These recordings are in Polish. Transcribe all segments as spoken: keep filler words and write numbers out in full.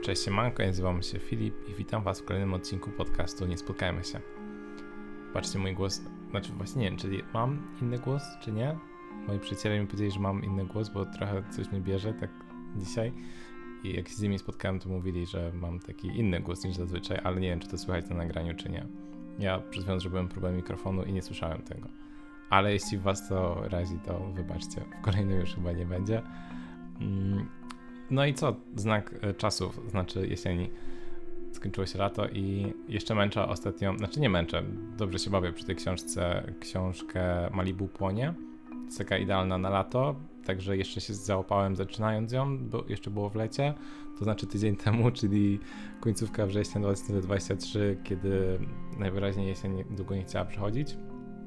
Cześć, siemanko, ja nazywam się Filip i witam was w kolejnym odcinku podcastu Nie Spotkajmy się. Patrzcie, mój głos, znaczy właśnie nie wiem, czy mam inny głos, czy nie. Moi przyjaciele mi powiedzieli, że mam inny głos, bo trochę coś mnie bierze tak dzisiaj. I jak się z nimi spotkałem, to mówili, że mam taki inny głos niż zazwyczaj, ale nie wiem, czy to słychać na nagraniu, czy nie. Ja przed chwilą zrobiłem próbę mikrofonu i nie słyszałem tego. Ale jeśli was to razi, to wybaczcie, w kolejnym już chyba nie będzie. Mm. No i co? Znak czasów, znaczy jesieni. Skończyło się lato i jeszcze męczę ostatnio, znaczy nie męczę, dobrze się bawię przy tej książce, książkę Malibu płonie. To jest taka idealna na lato, także jeszcze się załapałem zaczynając ją, bo jeszcze było w lecie, to znaczy tydzień temu, czyli końcówka września dwa tysiące dwudziestego trzeciego, kiedy najwyraźniej jesień długo nie chciała przychodzić.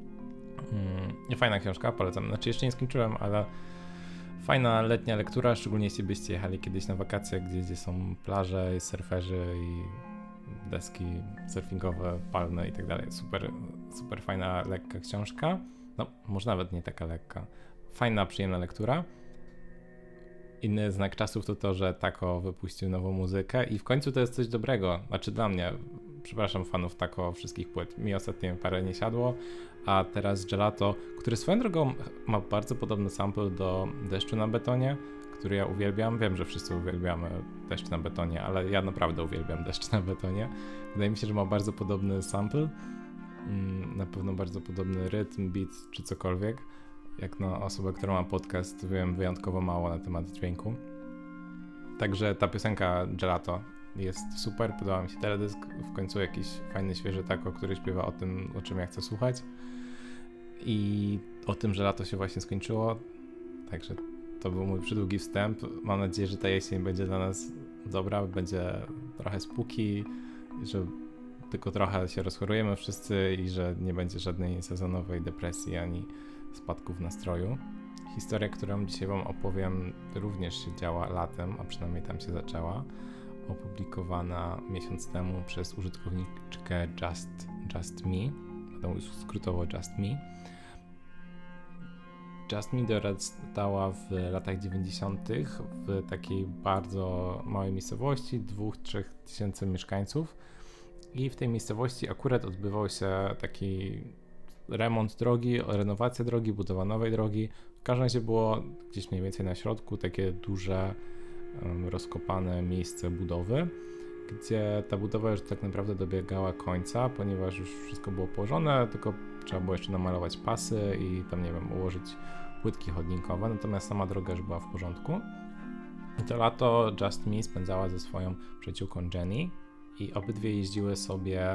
Hmm, fajna książka, polecam, znaczy jeszcze nie skończyłem, ale fajna letnia lektura, szczególnie jeśli byście jechali kiedyś na wakacje, gdzie, gdzie są plaże, surferzy i deski surfingowe, palne i tak dalej. Super, super fajna, lekka książka. No, może nawet nie taka lekka. Fajna, przyjemna lektura. Inny znak czasów to to, że Taco wypuścił nową muzykę i w końcu to jest coś dobrego. Znaczy dla mnie, przepraszam fanów Taco, wszystkich płyt. Mi ostatnio parę nie siadło, a teraz Gelato, który swoją drogą ma bardzo podobny sample do Deszczu na betonie, który ja uwielbiam. Wiem, że wszyscy uwielbiamy Deszcz na betonie, ale ja naprawdę uwielbiam Deszcz na betonie. Wydaje mi się, że ma bardzo podobny sample, na pewno bardzo podobny rytm, beat czy cokolwiek. Jak na osobę, która ma podcast, wiem wyjątkowo mało na temat dźwięku. Także ta piosenka Gelato jest super, podoba mi się teledysk, w końcu jakiś fajny, świeży Taco, który śpiewa o tym, o czym ja chcę słuchać i o tym, że lato się właśnie skończyło, także to był mój przydługi wstęp. Mam nadzieję, że ta jesień będzie dla nas dobra, będzie trochę spooky, że tylko trochę się rozchorujemy wszyscy i że nie będzie żadnej sezonowej depresji ani spadków nastroju. Historia, którą dzisiaj wam opowiem, również się działa latem, a przynajmniej tam się zaczęła. Opublikowana miesiąc temu przez użytkowniczkę Just, Just Me, skrótowo Just Me. Just Me dorastała w latach dziewięćdziesiątych w takiej bardzo małej miejscowości, dwóch, trzech tysięcy mieszkańców i w tej miejscowości akurat odbywał się taki remont drogi, renowacja drogi, budowa nowej drogi. W każdym razie było gdzieś mniej więcej na środku takie duże rozkopane miejsce budowy, gdzie ta budowa już tak naprawdę dobiegała końca, ponieważ już wszystko było położone, tylko trzeba było jeszcze namalować pasy i tam, nie wiem, ułożyć płytki chodnikowe, natomiast sama droga już była w porządku. I to lato Just Me spędzała ze swoją przyjaciółką Jenny i obydwie jeździły sobie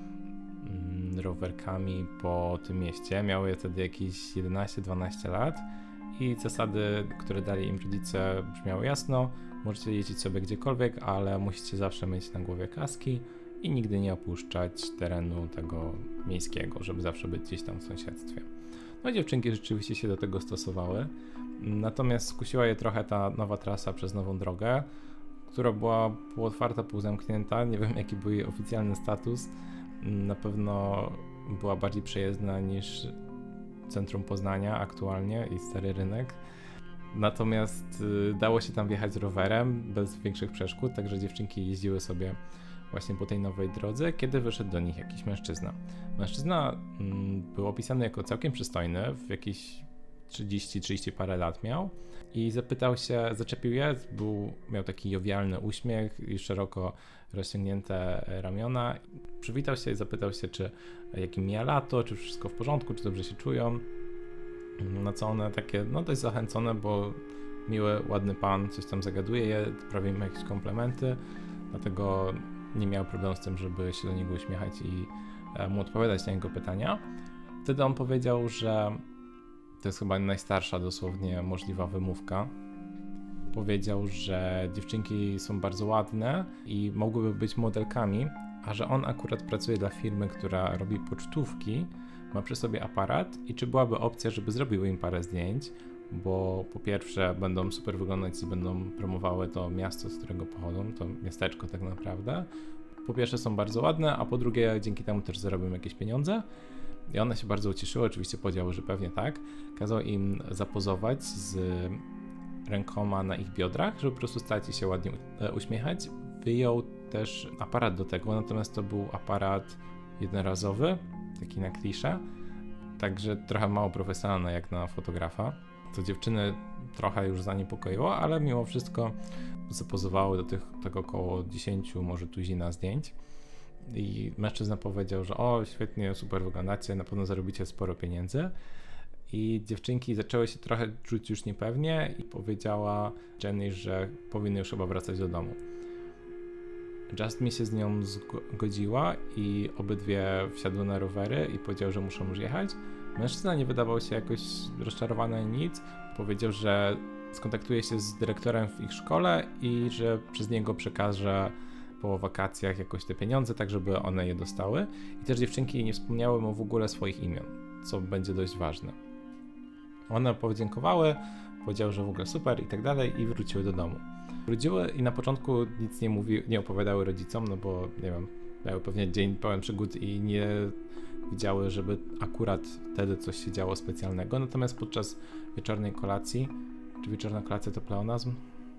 mm, rowerkami po tym mieście. Miały wtedy jakieś jedenaście dwanaście lat i zasady, które dali im rodzice, brzmiały jasno. Możecie jeździć sobie gdziekolwiek, ale musicie zawsze mieć na głowie kaski i nigdy nie opuszczać terenu tego miejskiego, żeby zawsze być gdzieś tam w sąsiedztwie. No i dziewczynki rzeczywiście się do tego stosowały, natomiast skusiła je trochę ta nowa trasa przez nową drogę, która była półotwarta, półzamknięta. Nie wiem, jaki był jej oficjalny status. Na pewno była bardziej przejezdna niż centrum Poznania aktualnie i Stary Rynek. Natomiast y, dało się tam wjechać z rowerem bez większych przeszkód, także dziewczynki jeździły sobie właśnie po tej nowej drodze, kiedy wyszedł do nich jakiś mężczyzna. Mężczyzna mm, był opisany jako całkiem przystojny, w jakieś trzydzieści trzydzieści parę lat miał i zapytał się, zaczepił je, był, miał taki jowialny uśmiech i szeroko rozciągnięte ramiona. Przywitał się i zapytał się, czy jakim mija lato, czy wszystko w porządku, czy dobrze się czują. Na co one takie, no dość zachęcone, bo miły, ładny pan coś tam zagaduje je, prawie im jakieś komplementy, dlatego nie miał problemu z tym, żeby się do niego uśmiechać i mu odpowiadać na jego pytania. Wtedy on powiedział, że to jest chyba najstarsza dosłownie możliwa wymówka. Powiedział, że dziewczynki są bardzo ładne i mogłyby być modelkami, a że on akurat pracuje dla firmy, która robi pocztówki, ma przy sobie aparat i czy byłaby opcja, żeby zrobił im parę zdjęć, bo po pierwsze będą super wyglądać i będą promowały to miasto, z którego pochodzą, to miasteczko tak naprawdę. Po pierwsze są bardzo ładne, a po drugie dzięki temu też zarobią jakieś pieniądze. I one się bardzo ucieszyły, oczywiście powiedziały, że pewnie tak. Kazał im zapozować z rękoma na ich biodrach, żeby po prostu stać i się ładnie uśmiechać wyjął też aparat do tego, natomiast to był aparat jednorazowy, taki na kliszę, także trochę mało profesjonalny jak na fotografa. To dziewczyny trochę już zaniepokoiło, ale mimo wszystko zapozowały do tych, tego około dziesięciu może tuzina zdjęć i mężczyzna powiedział, że o, świetnie, super wyglądacie, na pewno zarobicie sporo pieniędzy. I dziewczynki zaczęły się trochę czuć już niepewnie i powiedziała Jenny, że powinny już chyba wracać do domu. Just Me się z nią zgodziła i obydwie wsiadły na rowery i powiedział, że muszą już jechać. Mężczyzna nie wydawał się jakoś rozczarowany ani nic. Powiedział, że skontaktuje się z dyrektorem w ich szkole i że przez niego przekaże po wakacjach jakoś te pieniądze, tak żeby one je dostały. I też dziewczynki nie wspomniały mu w ogóle swoich imion, co będzie dość ważne. One podziękowały, powiedziały, że w ogóle super i tak dalej i wróciły do domu. Wróciły i na początku nic nie mówi, nie opowiadały rodzicom, no bo nie wiem, miały pewnie dzień pełen przygód i nie widziały, żeby akurat wtedy coś się działo specjalnego. Natomiast podczas wieczornej kolacji, czy wieczorna kolacja to pleonazm?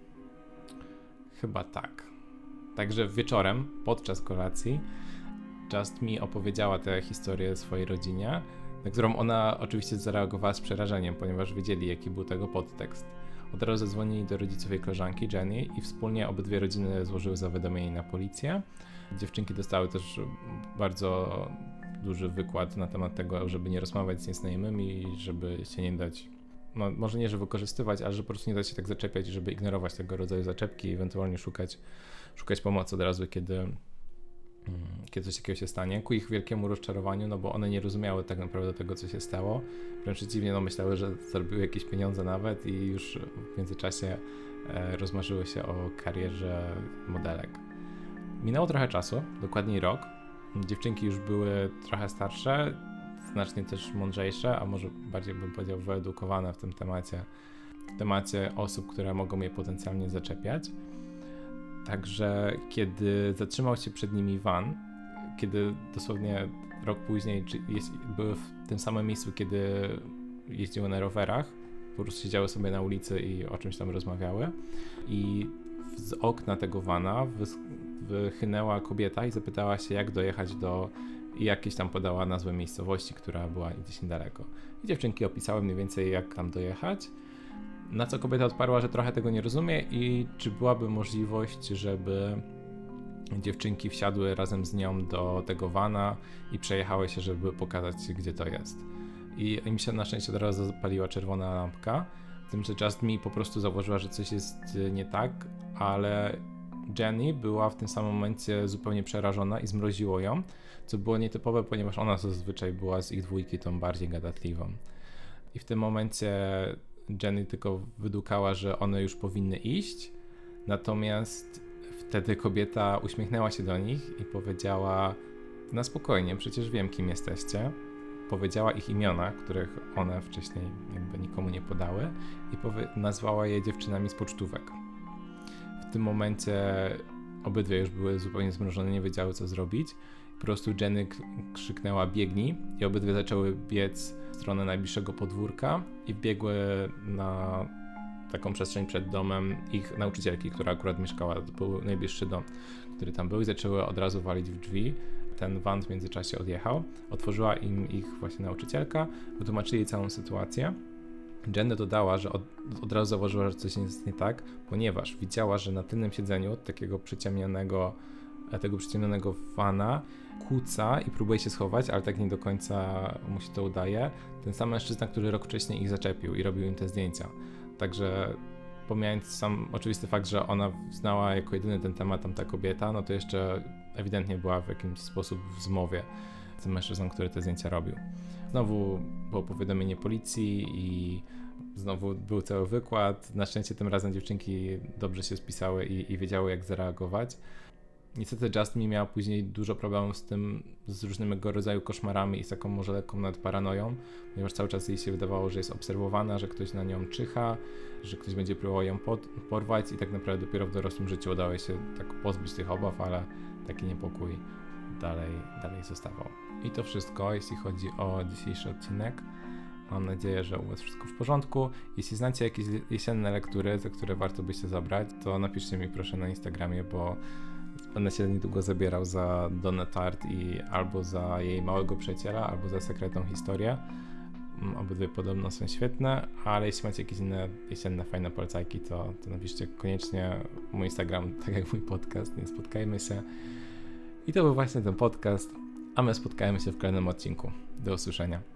Chyba tak. Także wieczorem, podczas kolacji, Just Me opowiedziała tę historię swojej rodzinie, na którą ona oczywiście zareagowała z przerażeniem, ponieważ wiedzieli, jaki był tego podtekst. Od razu zadzwonili do rodziców jej koleżanki Jenny i wspólnie obydwie rodziny złożyły zawiadomienie na policję. Dziewczynki dostały też bardzo duży wykład na temat tego, żeby nie rozmawiać z nieznajomymi i żeby się nie dać, no może nie, że wykorzystywać, ale że po prostu nie dać się tak zaczepiać, żeby ignorować tego rodzaju zaczepki i ewentualnie szukać, szukać pomocy od razu, kiedy kiedy coś takiego się stanie, ku ich wielkiemu rozczarowaniu, no bo one nie rozumiały tak naprawdę tego, co się stało. Wręcz przeciwnie, no myślały, że zarobiły jakieś pieniądze nawet i już w międzyczasie e, rozmarzyły się o karierze modelek. Minęło trochę czasu, dokładniej rok. Dziewczynki już były trochę starsze, znacznie też mądrzejsze, a może bardziej bym powiedział wyedukowane w tym temacie, w temacie osób, które mogą je potencjalnie zaczepiać. Także kiedy zatrzymał się przed nimi van, kiedy dosłownie rok później czy jest, były w tym samym miejscu, kiedy jeździły na rowerach, po prostu siedziały sobie na ulicy i o czymś tam rozmawiały i z okna tego vana wychynęła kobieta i zapytała się, jak dojechać do, i jakieś tam podała nazwę miejscowości, która była gdzieś niedaleko. I dziewczynki opisały mniej więcej, jak tam dojechać. Na co kobieta odparła, że trochę tego nie rozumie i czy byłaby możliwość, żeby dziewczynki wsiadły razem z nią do tego vana i przejechały się, żeby pokazać, gdzie to jest. I im się na szczęście od razu zapaliła czerwona lampka, z tym, że Just Me po prostu zauważyła, że coś jest nie tak, ale Jenny była w tym samym momencie zupełnie przerażona i zmroziło ją, co było nietypowe, ponieważ ona zazwyczaj była z ich dwójki tą bardziej gadatliwą. I w tym momencie Jenny tylko wydukała, że one już powinny iść, natomiast wtedy kobieta uśmiechnęła się do nich i powiedziała: na spokojnie, przecież wiem, kim jesteście. Powiedziała ich imiona, których one wcześniej jakby nikomu nie podały i powie- nazwała je dziewczynami z pocztówek. W tym momencie obydwie już były zupełnie zmrożone, nie wiedziały, co zrobić. Po prostu Jenny k- krzyknęła: biegnij, i obydwie zaczęły biec w stronę najbliższego podwórka i wbiegły na taką przestrzeń przed domem ich nauczycielki, która akurat mieszkała, to był najbliższy dom, który tam był, i zaczęły od razu walić w drzwi. Ten van w międzyczasie odjechał, otworzyła im ich właśnie nauczycielka, wytłumaczyli jej całą sytuację. Jenny dodała, że od, od razu zauważyła, że coś jest nie tak, ponieważ widziała, że na tylnym siedzeniu takiego przyciemnionego, tego przyciemnionego vana kłóca i próbuje się schować, ale tak nie do końca mu się to udaje. Ten sam mężczyzna, który rok wcześniej ich zaczepił i robił im te zdjęcia. Także pomijając sam oczywisty fakt, że ona znała jako jedyny ten temat tamta kobieta, no to jeszcze ewidentnie była w jakiś sposób w zmowie z tym mężczyzną, który te zdjęcia robił. Znowu było powiadomienie policji i znowu był cały wykład. Na szczęście tym razem dziewczynki dobrze się spisały i, i wiedziały, jak zareagować. Niestety Just Me miała później dużo problemów z tym, z różnego rodzaju koszmarami i z taką może lekką nad paranoją, ponieważ cały czas jej się wydawało, że jest obserwowana, że ktoś na nią czyha, że ktoś będzie próbował ją pod, porwać i tak naprawdę dopiero w dorosłym życiu udało jej się tak pozbyć tych obaw, ale taki niepokój dalej, dalej zostawał. I to wszystko, jeśli chodzi o dzisiejszy odcinek. Mam nadzieję, że u Was wszystko w porządku. Jeśli znacie jakieś jesienne lektury, za które warto by się zabrać, to napiszcie mi proszę na Instagramie, bo będę się niedługo zabierał za Donnę Tartt i albo za jej małego przyjaciela, albo za sekretną historię. Obydwie podobno są świetne, ale jeśli macie jakieś inne jesienne, fajne polecajki, to, to napiszcie koniecznie mój Instagram, tak jak mój podcast, nie spotkajmy się. I to był właśnie ten podcast, a my spotkajmy się w kolejnym odcinku. Do usłyszenia.